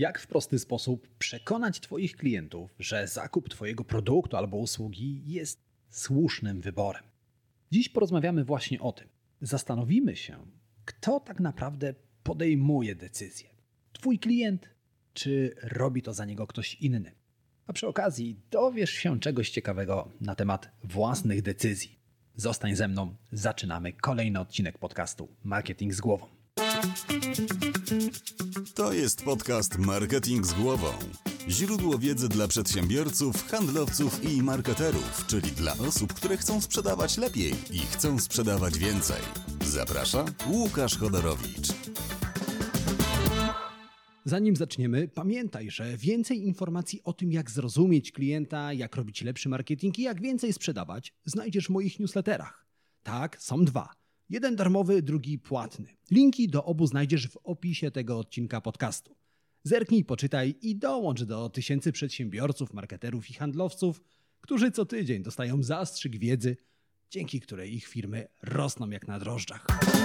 Jak w prosty sposób przekonać Twoich klientów, że zakup Twojego produktu albo usługi jest słusznym wyborem? Dziś porozmawiamy właśnie o tym. Zastanowimy się, kto tak naprawdę podejmuje decyzję. Twój klient, czy robi to za niego ktoś inny? A przy okazji dowiesz się czegoś ciekawego na temat własnych decyzji. Zostań ze mną, zaczynamy kolejny odcinek podcastu Marketing z głową. To jest podcast Marketing z głową. Źródło wiedzy dla przedsiębiorców, handlowców i marketerów, czyli dla osób, które chcą sprzedawać lepiej i chcą sprzedawać więcej. Zaprasza Łukasz Chodorowicz. Zanim zaczniemy, pamiętaj, że więcej informacji o tym, jak zrozumieć klienta, jak robić lepszy marketing i jak więcej sprzedawać, znajdziesz w moich newsletterach. Tak, są dwa. Jeden darmowy, drugi płatny. Linki do obu znajdziesz w opisie tego odcinka podcastu. Zerknij, poczytaj i dołącz do tysięcy przedsiębiorców, marketerów i handlowców, którzy co tydzień dostają zastrzyk wiedzy, dzięki której ich firmy rosną jak na drożdżach.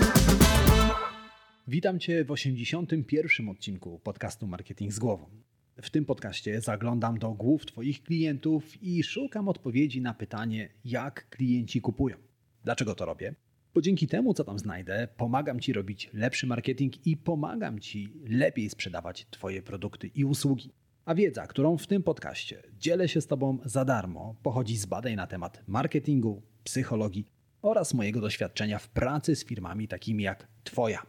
Witam Cię w 81. odcinku podcastu Marketing z głową. W tym podcaście zaglądam do głów Twoich klientów i szukam odpowiedzi na pytanie, jak klienci kupują. Dlaczego to robię? Bo dzięki temu, co tam znajdę, pomagam Ci robić lepszy marketing i pomagam Ci lepiej sprzedawać Twoje produkty i usługi. A wiedza, którą w tym podcaście dzielę się z Tobą za darmo, pochodzi z badań na temat marketingu, psychologii oraz mojego doświadczenia w pracy z firmami takimi jak Twoja.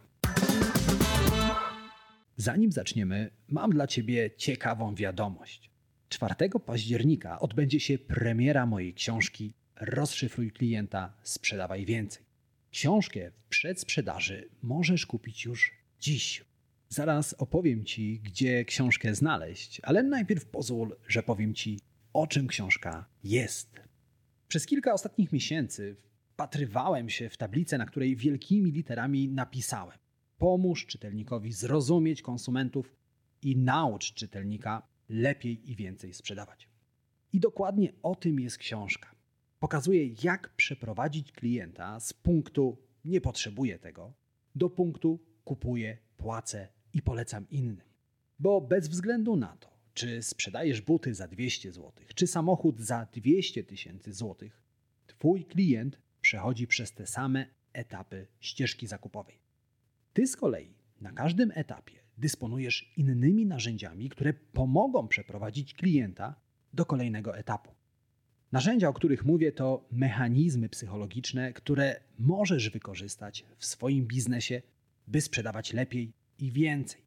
Zanim zaczniemy, mam dla Ciebie ciekawą wiadomość. 4 października odbędzie się premiera mojej książki Rozszyfruj klienta, sprzedawaj więcej. Książkę w przedsprzedaży możesz kupić już dziś. Zaraz opowiem Ci, gdzie książkę znaleźć, ale najpierw pozwól, że powiem Ci, o czym książka jest. Przez kilka ostatnich miesięcy wpatrywałem się w tablicę, na której wielkimi literami napisałem: pomóż czytelnikowi zrozumieć konsumentów i naucz czytelnika lepiej i więcej sprzedawać. I dokładnie o tym jest książka. Pokazuje, jak przeprowadzić klienta z punktu nie potrzebuję tego do punktu kupuję, płacę i polecam innym. Bo bez względu na to, czy sprzedajesz buty za 200 zł, czy samochód za 200 000 złotych, Twój klient przechodzi przez te same etapy ścieżki zakupowej. Ty z kolei na każdym etapie dysponujesz innymi narzędziami, które pomogą przeprowadzić klienta do kolejnego etapu. Narzędzia, o których mówię, to mechanizmy psychologiczne, które możesz wykorzystać w swoim biznesie, by sprzedawać lepiej i więcej.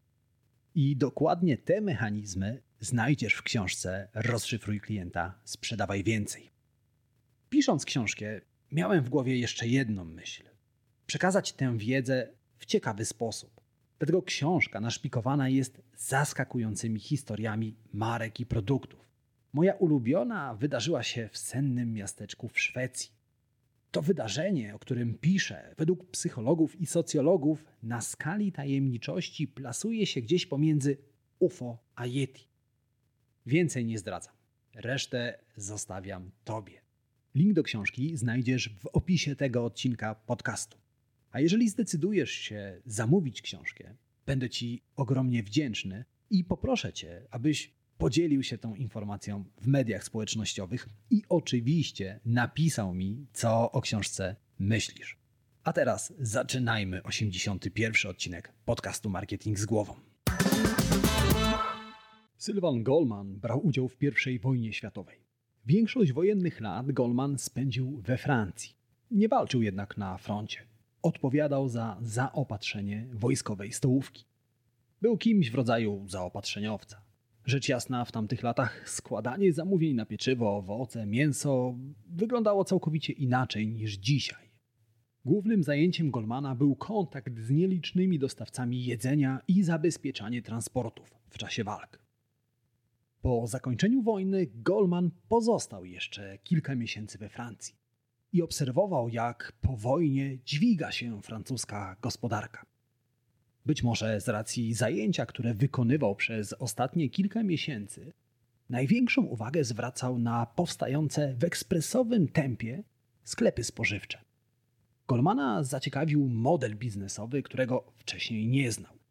I dokładnie te mechanizmy znajdziesz w książce Rozszyfruj klienta, sprzedawaj więcej. Pisząc książkę, miałem w głowie jeszcze jedną myśl. Przekazać tę wiedzę w ciekawy sposób. Dlatego książka naszpikowana jest zaskakującymi historiami marek i produktów. Moja ulubiona wydarzyła się w sennym miasteczku w Szwecji. To wydarzenie, o którym piszę, według psychologów i socjologów na skali tajemniczości plasuje się gdzieś pomiędzy UFO a Yeti. Więcej nie zdradzam. Resztę zostawiam Tobie. Link do książki znajdziesz w opisie tego odcinka podcastu. A jeżeli zdecydujesz się zamówić książkę, będę Ci ogromnie wdzięczny i poproszę Cię, abyś podzielił się tą informacją w mediach społecznościowych i oczywiście napisał mi, co o książce myślisz. A teraz zaczynajmy 81. odcinek podcastu Marketing z głową. Sylvan Goldman brał udział w I wojnie światowej. Większość wojennych lat Goldman spędził we Francji. Nie walczył jednak na froncie. Odpowiadał za zaopatrzenie wojskowej stołówki. Był kimś w rodzaju zaopatrzeniowca. Rzecz jasna, w tamtych latach składanie zamówień na pieczywo, owoce, mięso wyglądało całkowicie inaczej niż dzisiaj. Głównym zajęciem Goldmana był kontakt z nielicznymi dostawcami jedzenia i zabezpieczanie transportów w czasie walk. Po zakończeniu wojny Goldman pozostał jeszcze kilka miesięcy we Francji i obserwował, jak po wojnie dźwiga się francuska gospodarka. Być może z racji zajęcia, które wykonywał przez ostatnie kilka miesięcy, największą uwagę zwracał na powstające w ekspresowym tempie sklepy spożywcze. Goldmana zaciekawił model biznesowy, którego wcześniej nie znał.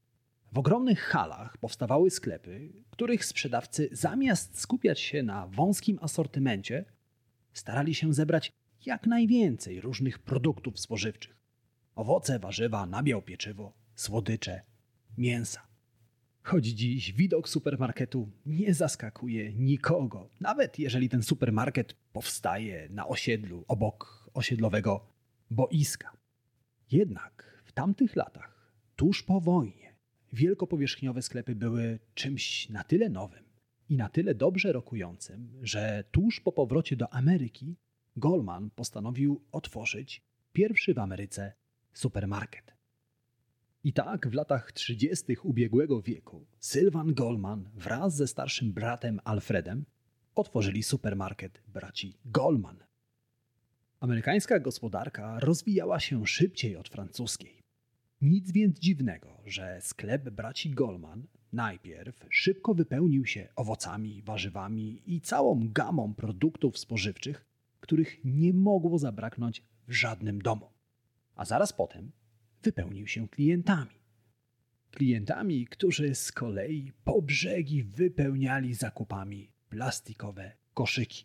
W ogromnych halach powstawały sklepy, których sprzedawcy zamiast skupiać się na wąskim asortymencie, starali się zebrać jak najwięcej różnych produktów spożywczych. Owoce, warzywa, nabiał, pieczywo, słodycze, mięsa. Choć dziś widok supermarketu nie zaskakuje nikogo, nawet jeżeli ten supermarket powstaje na osiedlu obok osiedlowego boiska. Jednak w tamtych latach, tuż po wojnie, wielkopowierzchniowe sklepy były czymś na tyle nowym i na tyle dobrze rokującym, że tuż po powrocie do Ameryki Goldman postanowił otworzyć pierwszy w Ameryce supermarket. I tak w latach 30. ubiegłego wieku Sylvan Goldman wraz ze starszym bratem Alfredem otworzyli supermarket braci Goldman. Amerykańska gospodarka rozwijała się szybciej od francuskiej. Nic więc dziwnego, że sklep braci Goldman najpierw szybko wypełnił się owocami, warzywami i całą gamą produktów spożywczych, których nie mogło zabraknąć w żadnym domu. A zaraz potem wypełnił się klientami. Klientami, którzy z kolei po brzegi wypełniali zakupami plastikowe koszyki.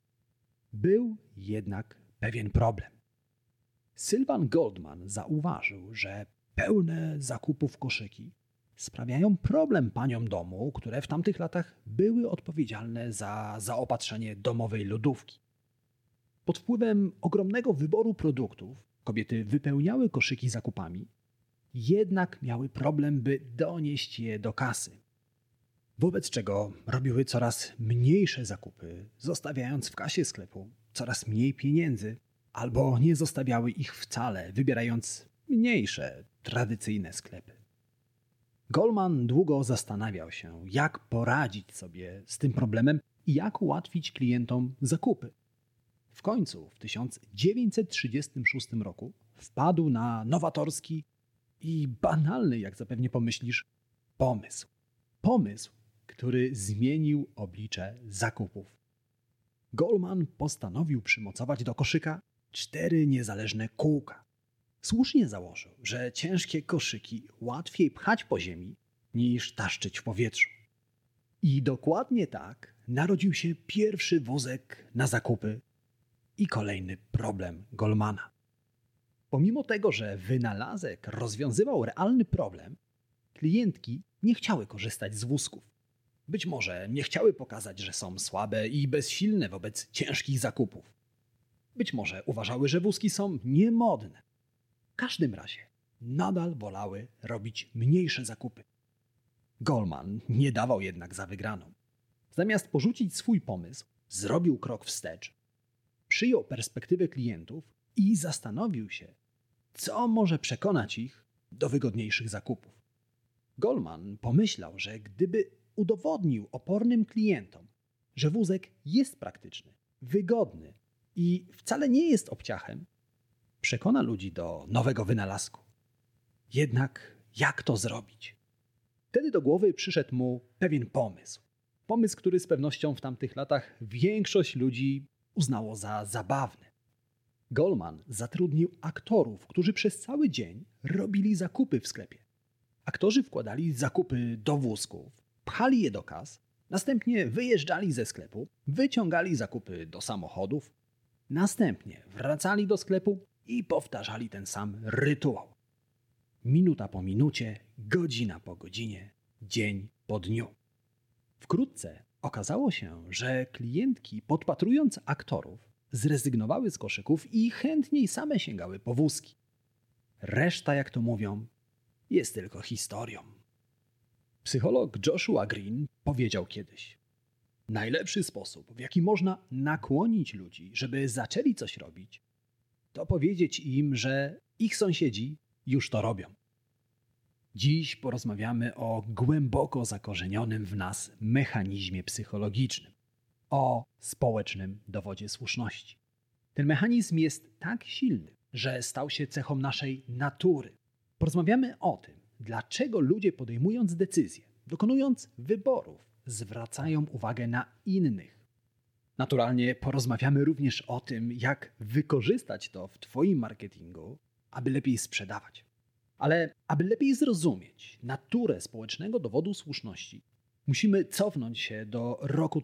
Był jednak pewien problem. Sylvan Goldman zauważył, że pełne zakupów koszyki sprawiają problem paniom domu, które w tamtych latach były odpowiedzialne za zaopatrzenie domowej lodówki. Pod wpływem ogromnego wyboru produktów kobiety wypełniały koszyki zakupami, jednak miały problem, by donieść je do kasy. Wobec czego robiły coraz mniejsze zakupy, zostawiając w kasie sklepu coraz mniej pieniędzy, albo nie zostawiały ich wcale, wybierając mniejsze, tradycyjne sklepy. Goldman długo zastanawiał się, jak poradzić sobie z tym problemem i jak ułatwić klientom zakupy. W końcu w 1936 roku wpadł na nowatorski i banalny, jak zapewne pomyślisz, pomysł. Pomysł, który zmienił oblicze zakupów. Goldman postanowił przymocować do koszyka 4 niezależne kółka. Słusznie założył, że ciężkie koszyki łatwiej pchać po ziemi niż taszczyć w powietrzu. I dokładnie tak narodził się pierwszy wózek na zakupy i kolejny problem Goldmana. Pomimo tego, że wynalazek rozwiązywał realny problem, klientki nie chciały korzystać z wózków. Być może nie chciały pokazać, że są słabe i bezsilne wobec ciężkich zakupów. Być może uważały, że wózki są niemodne. W każdym razie nadal wolały robić mniejsze zakupy. Goldman nie dawał jednak za wygraną. Zamiast porzucić swój pomysł, zrobił krok wstecz, przyjął perspektywę klientów i zastanowił się, co może przekonać ich do wygodniejszych zakupów. Goldman pomyślał, że gdyby udowodnił opornym klientom, że wózek jest praktyczny, wygodny i wcale nie jest obciachem, przekona ludzi do nowego wynalazku. Jednak jak to zrobić? Wtedy do głowy przyszedł mu pewien pomysł. Pomysł, który z pewnością w tamtych latach większość ludzi uznało za zabawny. Goldman zatrudnił aktorów, którzy przez cały dzień robili zakupy w sklepie. Aktorzy wkładali zakupy do wózków, pchali je do kas, następnie wyjeżdżali ze sklepu, wyciągali zakupy do samochodów, następnie wracali do sklepu i powtarzali ten sam rytuał. Minuta po minucie, godzina po godzinie, dzień po dniu. Wkrótce okazało się, że klientki, podpatrując aktorów, zrezygnowały z koszyków i chętniej same sięgały po wózki. Reszta, jak to mówią, jest tylko historią. Psycholog Joshua Green powiedział kiedyś: najlepszy sposób, w jaki można nakłonić ludzi, żeby zaczęli coś robić, to powiedzieć im, że ich sąsiedzi już to robią. Dziś porozmawiamy o głęboko zakorzenionym w nas mechanizmie psychologicznym, o społecznym dowodzie słuszności. Ten mechanizm jest tak silny, że stał się cechą naszej natury. Porozmawiamy o tym, dlaczego ludzie, podejmując decyzje, dokonując wyborów, zwracają uwagę na innych. Naturalnie porozmawiamy również o tym, jak wykorzystać to w Twoim marketingu, aby lepiej sprzedawać. Ale aby lepiej zrozumieć naturę społecznego dowodu słuszności, musimy cofnąć się do roku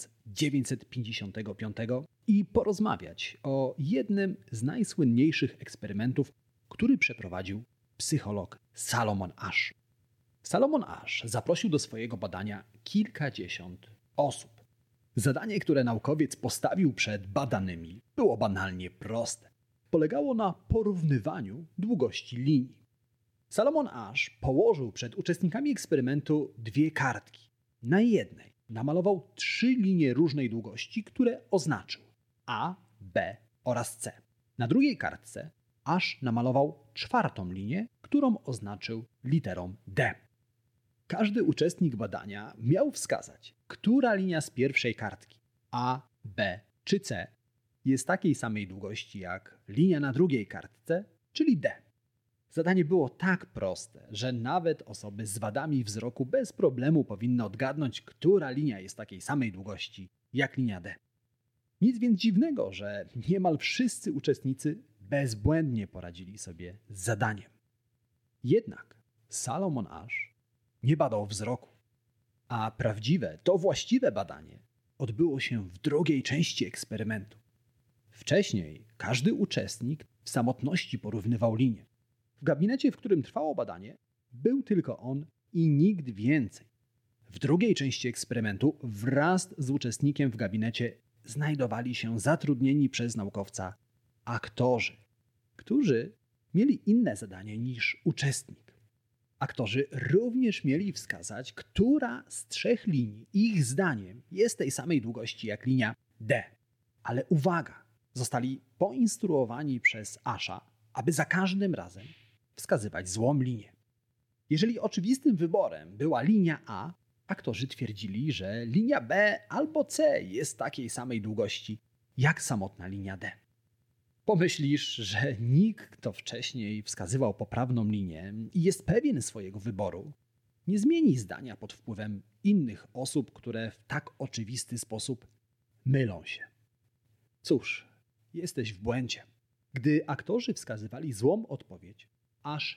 1955 i porozmawiać o jednym z najsłynniejszych eksperymentów, który przeprowadził psycholog Salomon Asch. Salomon Asch zaprosił do swojego badania kilkadziesiąt osób. Zadanie, które naukowiec postawił przed badanymi, było banalnie proste. Polegało na porównywaniu długości linii. Salomon Asch położył przed uczestnikami eksperymentu dwie kartki. Na jednej namalował 3 linie różnej długości, które oznaczył A, B oraz C. Na drugiej kartce Asch namalował 4. linię, którą oznaczył literą D. Każdy uczestnik badania miał wskazać, która linia z pierwszej kartki A, B czy C jest takiej samej długości jak linia na drugiej kartce, czyli D. Zadanie było tak proste, że nawet osoby z wadami wzroku bez problemu powinny odgadnąć, która linia jest takiej samej długości jak linia D. Nic więc dziwnego, że niemal wszyscy uczestnicy bezbłędnie poradzili sobie z zadaniem. Jednak Salomon Asch nie badał wzroku, a prawdziwe, to właściwe badanie odbyło się w drugiej części eksperymentu. Wcześniej każdy uczestnik w samotności porównywał linie. W gabinecie, w którym trwało badanie, był tylko on i nikt więcej. W drugiej części eksperymentu wraz z uczestnikiem w gabinecie znajdowali się zatrudnieni przez naukowca aktorzy, którzy mieli inne zadanie niż uczestnik. Aktorzy również mieli wskazać, która z 3 linii ich zdaniem jest tej samej długości jak linia D. Ale uwaga, zostali poinstruowani przez Ascha, aby za każdym razem wskazywać złą linię. Jeżeli oczywistym wyborem była linia A, aktorzy twierdzili, że linia B albo C jest takiej samej długości jak samotna linia D. Pomyślisz, że nikt, kto wcześniej wskazywał poprawną linię i jest pewien swojego wyboru, nie zmieni zdania pod wpływem innych osób, które w tak oczywisty sposób mylą się. Cóż, jesteś w błędzie. Gdy aktorzy wskazywali złą odpowiedź, aż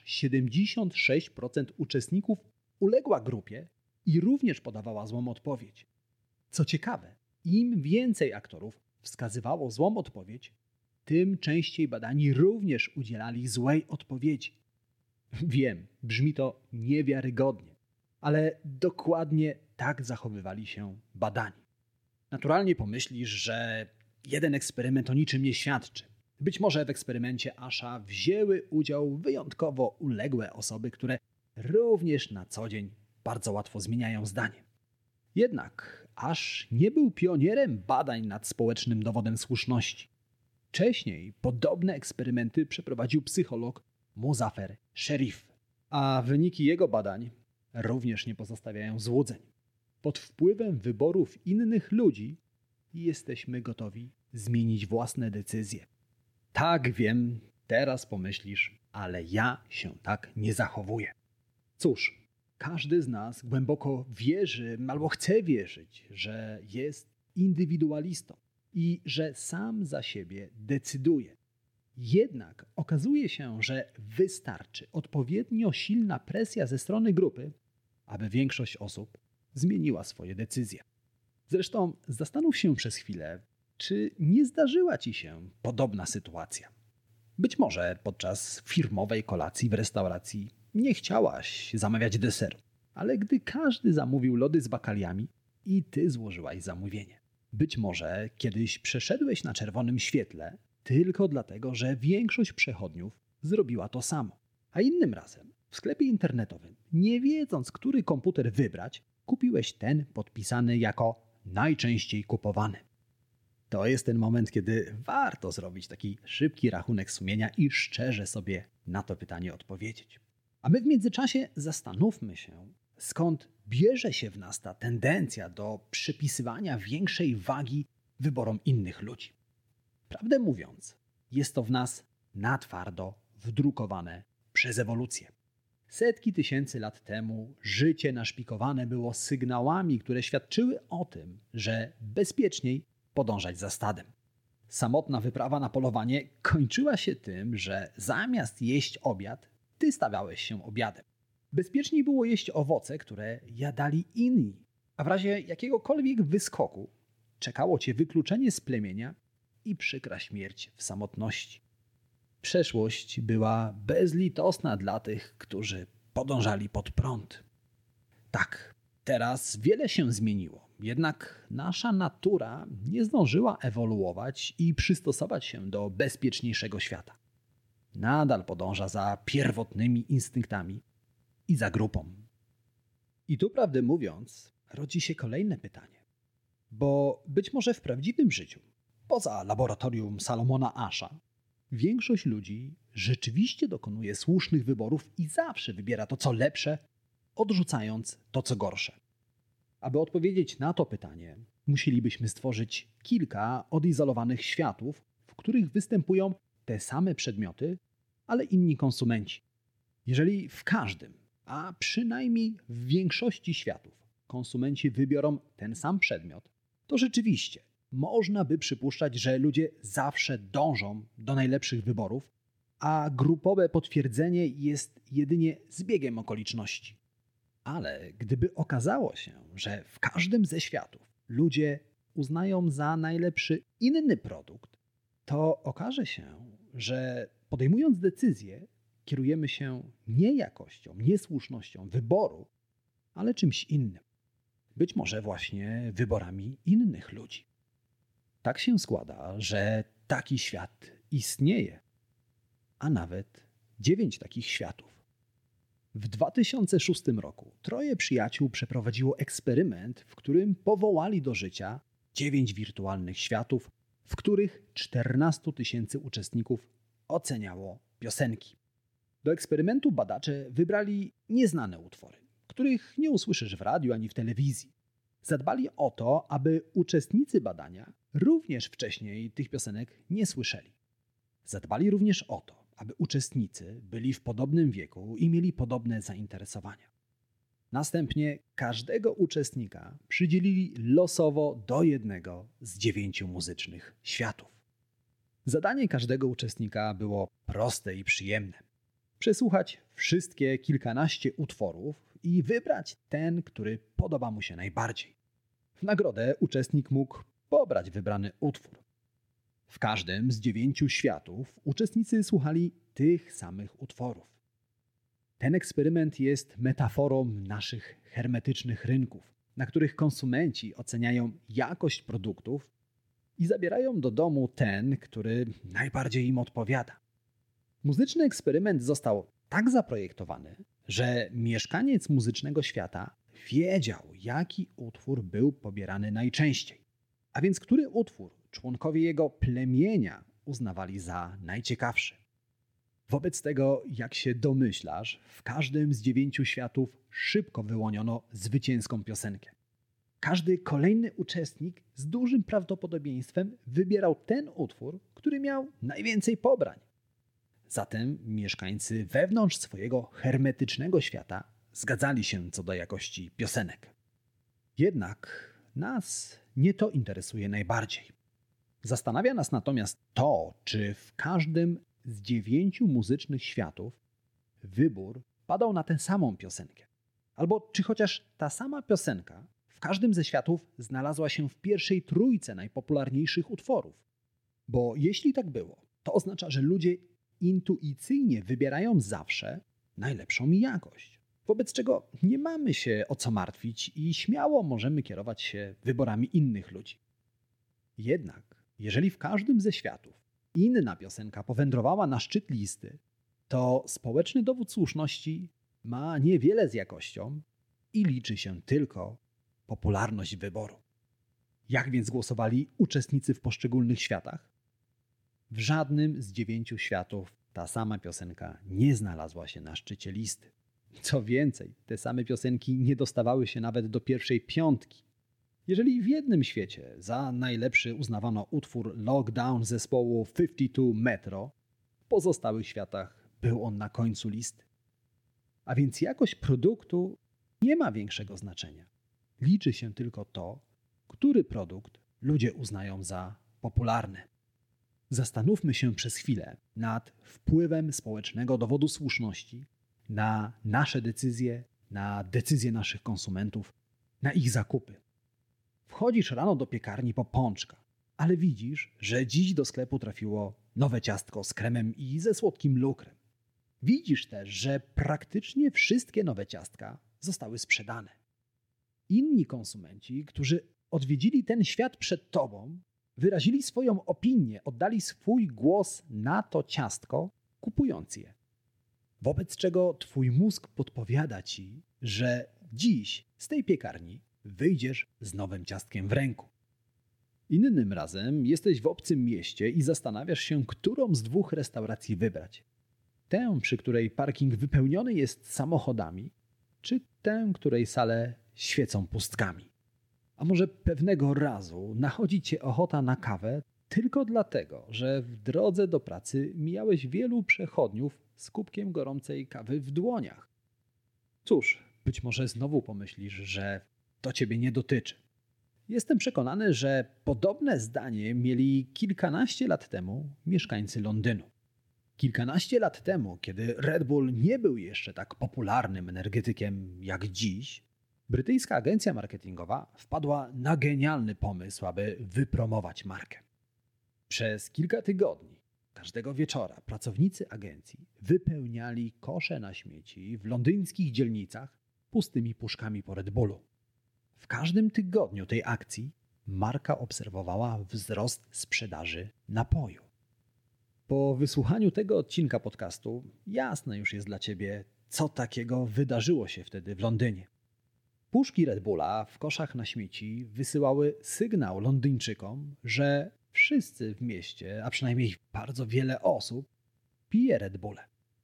76% uczestników uległa grupie i również podawała złą odpowiedź. Co ciekawe, im więcej aktorów wskazywało złą odpowiedź, tym częściej badani również udzielali złej odpowiedzi. Wiem, brzmi to niewiarygodnie, ale dokładnie tak zachowywali się badani. Naturalnie pomyślisz, że jeden eksperyment o niczym nie świadczy. Być może w eksperymencie Ascha wzięły udział wyjątkowo uległe osoby, które również na co dzień bardzo łatwo zmieniają zdanie. Jednak Asch nie był pionierem badań nad społecznym dowodem słuszności. Wcześniej podobne eksperymenty przeprowadził psycholog Muzaffer Sherif, a wyniki jego badań również nie pozostawiają złudzeń. Pod wpływem wyborów innych ludzi jesteśmy gotowi zmienić własne decyzje. Tak, wiem, teraz pomyślisz, ale ja się tak nie zachowuję. Cóż, każdy z nas głęboko wierzy albo chce wierzyć, że jest indywidualistą i że sam za siebie decyduje. Jednak okazuje się, że wystarczy odpowiednio silna presja ze strony grupy, aby większość osób zmieniła swoje decyzje. Zresztą zastanów się przez chwilę, czy nie zdarzyła ci się podobna sytuacja. Być może podczas firmowej kolacji w restauracji nie chciałaś zamawiać deseru, ale gdy każdy zamówił lody z bakaliami i ty złożyłaś zamówienie. Być może kiedyś przeszedłeś na czerwonym świetle tylko dlatego, że większość przechodniów zrobiła to samo. A innym razem w sklepie internetowym, nie wiedząc, który komputer wybrać, kupiłeś ten podpisany jako najczęściej kupowany. To jest ten moment, kiedy warto zrobić taki szybki rachunek sumienia i szczerze sobie na to pytanie odpowiedzieć. A my w międzyczasie zastanówmy się, skąd bierze się w nas ta tendencja do przypisywania większej wagi wyborom innych ludzi. Prawdę mówiąc, jest to w nas na twardo wdrukowane przez ewolucję. Setki tysięcy lat temu życie naszpikowane było sygnałami, które świadczyły o tym, że bezpieczniej podążać za stadem. Samotna wyprawa na polowanie kończyła się tym, że zamiast jeść obiad, ty stawiałeś się obiadem. Bezpieczniej było jeść owoce, które jadali inni, a w razie jakiegokolwiek wyskoku czekało cię wykluczenie z plemienia i przykra śmierć w samotności. Przeszłość była bezlitosna dla tych, którzy podążali pod prąd. Tak, teraz wiele się zmieniło, jednak nasza natura nie zdążyła ewoluować i przystosować się do bezpieczniejszego świata. Nadal podąża za pierwotnymi instynktami i za grupą. I tu, prawdę mówiąc, rodzi się kolejne pytanie. Bo być może w prawdziwym życiu, poza laboratorium Salomona Asha, większość ludzi rzeczywiście dokonuje słusznych wyborów i zawsze wybiera to, co lepsze, odrzucając to, co gorsze. Aby odpowiedzieć na to pytanie, musielibyśmy stworzyć kilka odizolowanych światów, w których występują te same przedmioty, ale inni konsumenci. Jeżeli w każdym, a przynajmniej w większości światów, konsumenci wybiorą ten sam przedmiot, to rzeczywiście można by przypuszczać, że ludzie zawsze dążą do najlepszych wyborów, a grupowe potwierdzenie jest jedynie zbiegiem okoliczności. Ale gdyby okazało się, że w każdym ze światów ludzie uznają za najlepszy inny produkt, to okaże się, że podejmując decyzję, kierujemy się nie jakością, nie słusznością wyboru, ale czymś innym. Być może właśnie wyborami innych ludzi. Tak się składa, że taki świat istnieje, a nawet 9 takich światów. W 2006 roku 3 przyjaciół przeprowadziło eksperyment, w którym powołali do życia 9 wirtualnych światów, w których 14 000 uczestników oceniało piosenki. Do eksperymentu badacze wybrali nieznane utwory, których nie usłyszysz w radiu ani w telewizji. Zadbali o to, aby uczestnicy badania również wcześniej tych piosenek nie słyszeli. Zadbali również o to, aby uczestnicy byli w podobnym wieku i mieli podobne zainteresowania. Następnie każdego uczestnika przydzielili losowo do jednego z 9 muzycznych światów. Zadanie każdego uczestnika było proste i przyjemne. Przesłuchać wszystkie kilkanaście utworów i wybrać ten, który podoba mu się najbardziej. W nagrodę uczestnik mógł pobrać wybrany utwór. W każdym z 9 światów uczestnicy słuchali tych samych utworów. Ten eksperyment jest metaforą naszych hermetycznych rynków, na których konsumenci oceniają jakość produktów i zabierają do domu ten, który najbardziej im odpowiada. Muzyczny eksperyment został tak zaprojektowany, że mieszkaniec muzycznego świata wiedział, jaki utwór był pobierany najczęściej, a więc który utwór członkowie jego plemienia uznawali za najciekawszy. Wobec tego, jak się domyślasz, w każdym z 9 światów szybko wyłoniono zwycięską piosenkę. Każdy kolejny uczestnik z dużym prawdopodobieństwem wybierał ten utwór, który miał najwięcej pobrań. Zatem mieszkańcy wewnątrz swojego hermetycznego świata zgadzali się co do jakości piosenek. Jednak nas nie to interesuje najbardziej. Zastanawia nas natomiast to, czy w każdym z 9 muzycznych światów wybór padał na tę samą piosenkę. Albo czy chociaż ta sama piosenka w każdym ze światów znalazła się w pierwszej trójce najpopularniejszych utworów. Bo jeśli tak było, to oznacza, że ludzie intuicyjnie wybierają zawsze najlepszą jakość. Wobec czego nie mamy się o co martwić i śmiało możemy kierować się wyborami innych ludzi. Jednak jeżeli w każdym ze światów inna piosenka powędrowała na szczyt listy, to społeczny dowód słuszności ma niewiele z jakością i liczy się tylko popularność wyboru. Jak więc głosowali uczestnicy w poszczególnych światach? W żadnym z 9 światów ta sama piosenka nie znalazła się na szczycie listy. Co więcej, te same piosenki nie dostawały się nawet do pierwszej 5. Jeżeli w jednym świecie za najlepszy uznawano utwór Lockdown zespołu 52 Metro, w pozostałych światach był on na końcu listy. A więc jakość produktu nie ma większego znaczenia. Liczy się tylko to, który produkt ludzie uznają za popularny. Zastanówmy się przez chwilę nad wpływem społecznego dowodu słuszności na nasze decyzje, na decyzje naszych konsumentów, na ich zakupy. Wchodzisz rano do piekarni po pączka, ale widzisz, że dziś do sklepu trafiło nowe ciastko z kremem i ze słodkim lukrem. Widzisz też, że praktycznie wszystkie nowe ciastka zostały sprzedane. Inni konsumenci, którzy odwiedzili ten świat przed tobą, wyrazili swoją opinię, oddali swój głos na to ciastko, kupując je. Wobec czego twój mózg podpowiada ci, że dziś z tej piekarni wyjdziesz z nowym ciastkiem w ręku. Innym razem jesteś w obcym mieście i zastanawiasz się, którą z dwóch restauracji wybrać. Tę, przy której parking wypełniony jest samochodami, czy tę, której sale świecą pustkami. A może pewnego razu nachodzi cię ochota na kawę tylko dlatego, że w drodze do pracy mijałeś wielu przechodniów z kubkiem gorącej kawy w dłoniach. Cóż, być może znowu pomyślisz, że to ciebie nie dotyczy. Jestem przekonany, że podobne zdanie mieli kilkanaście lat temu mieszkańcy Londynu. Kilkanaście lat temu, kiedy Red Bull nie był jeszcze tak popularnym energetykiem jak dziś, brytyjska agencja marketingowa wpadła na genialny pomysł, aby wypromować markę. Przez kilka tygodni, każdego wieczora, pracownicy agencji wypełniali kosze na śmieci w londyńskich dzielnicach pustymi puszkami po Red Bullu. W każdym tygodniu tej akcji marka obserwowała wzrost sprzedaży napoju. Po wysłuchaniu tego odcinka podcastu jasne już jest dla ciebie, co takiego wydarzyło się wtedy w Londynie. Puszki Red Bulla w koszach na śmieci wysyłały sygnał Londyńczykom, że wszyscy w mieście, a przynajmniej bardzo wiele osób, pije Red Bulle.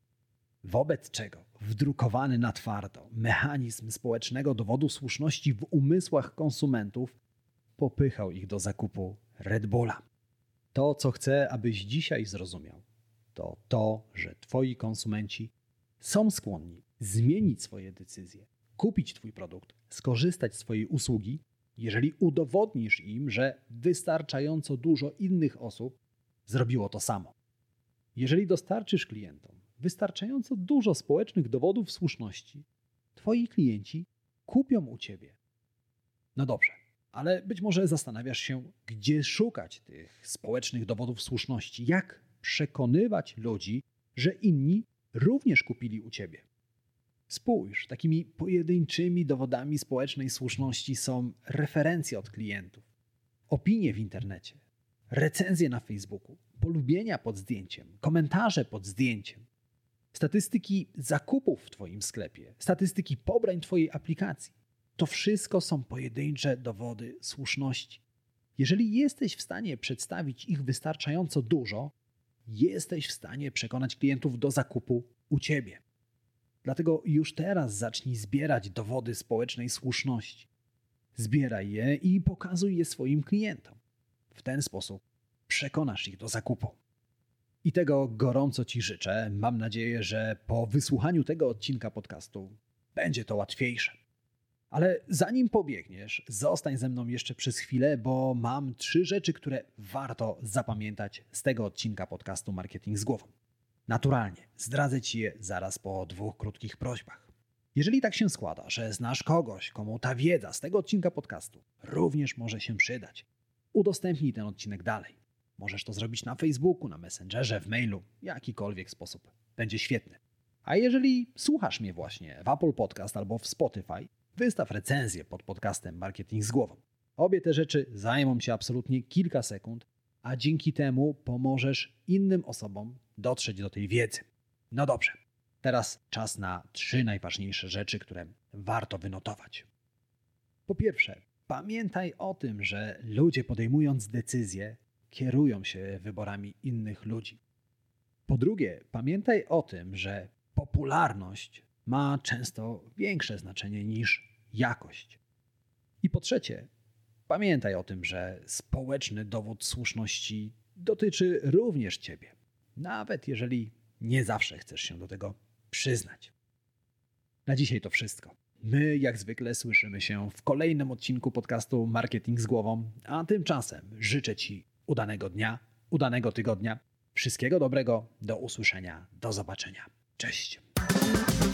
Wobec czego wdrukowany na twardo mechanizm społecznego dowodu słuszności w umysłach konsumentów popychał ich do zakupu Red Bulla. To, co chcę, abyś dzisiaj zrozumiał, to to, że twoi konsumenci są skłonni zmienić swoje decyzje, kupić twój produkt, skorzystać z twojej usługi, jeżeli udowodnisz im, że wystarczająco dużo innych osób zrobiło to samo. Jeżeli dostarczysz klientom wystarczająco dużo społecznych dowodów słuszności, twoi klienci kupią u ciebie. No dobrze, ale być może zastanawiasz się, gdzie szukać tych społecznych dowodów słuszności, jak przekonywać ludzi, że inni również kupili u ciebie. Spójrz, takimi pojedynczymi dowodami społecznej słuszności są referencje od klientów, opinie w internecie, recenzje na Facebooku, polubienia pod zdjęciem, komentarze pod zdjęciem, statystyki zakupów w twoim sklepie, statystyki pobrań twojej aplikacji. To wszystko są pojedyncze dowody słuszności. Jeżeli jesteś w stanie przedstawić ich wystarczająco dużo, jesteś w stanie przekonać klientów do zakupu u ciebie. Dlatego już teraz zacznij zbierać dowody społecznej słuszności. Zbieraj je i pokazuj je swoim klientom. W ten sposób przekonasz ich do zakupu. I tego gorąco ci życzę. Mam nadzieję, że po wysłuchaniu tego odcinka podcastu będzie to łatwiejsze. Ale zanim pobiegniesz, zostań ze mną jeszcze przez chwilę, bo mam 3 rzeczy, które warto zapamiętać z tego odcinka podcastu Marketing z Głową. Naturalnie, zdradzę ci je zaraz po 2 krótkich prośbach. Jeżeli tak się składa, że znasz kogoś, komu ta wiedza z tego odcinka podcastu również może się przydać, udostępnij ten odcinek dalej. Możesz to zrobić na Facebooku, na Messengerze, w mailu, jakikolwiek sposób. Będzie świetny. A jeżeli słuchasz mnie właśnie w Apple Podcast albo w Spotify, wystaw recenzję pod podcastem Marketing z Głową. Obie te rzeczy zajmą ci absolutnie kilka sekund, a dzięki temu pomożesz innym osobom dotrzeć do tej wiedzy. No dobrze, teraz czas na 3 najważniejsze rzeczy, które warto wynotować. Po pierwsze, pamiętaj o tym, że ludzie podejmując decyzje kierują się wyborami innych ludzi. Po drugie, pamiętaj o tym, że popularność ma często większe znaczenie niż jakość. I po trzecie, pamiętaj o tym, że społeczny dowód słuszności dotyczy również ciebie, nawet jeżeli nie zawsze chcesz się do tego przyznać. Na dzisiaj to wszystko. My, jak zwykle, słyszymy się w kolejnym odcinku podcastu Marketing z Głową, a tymczasem życzę ci udanego dnia, udanego tygodnia. Wszystkiego dobrego, do usłyszenia, do zobaczenia. Cześć.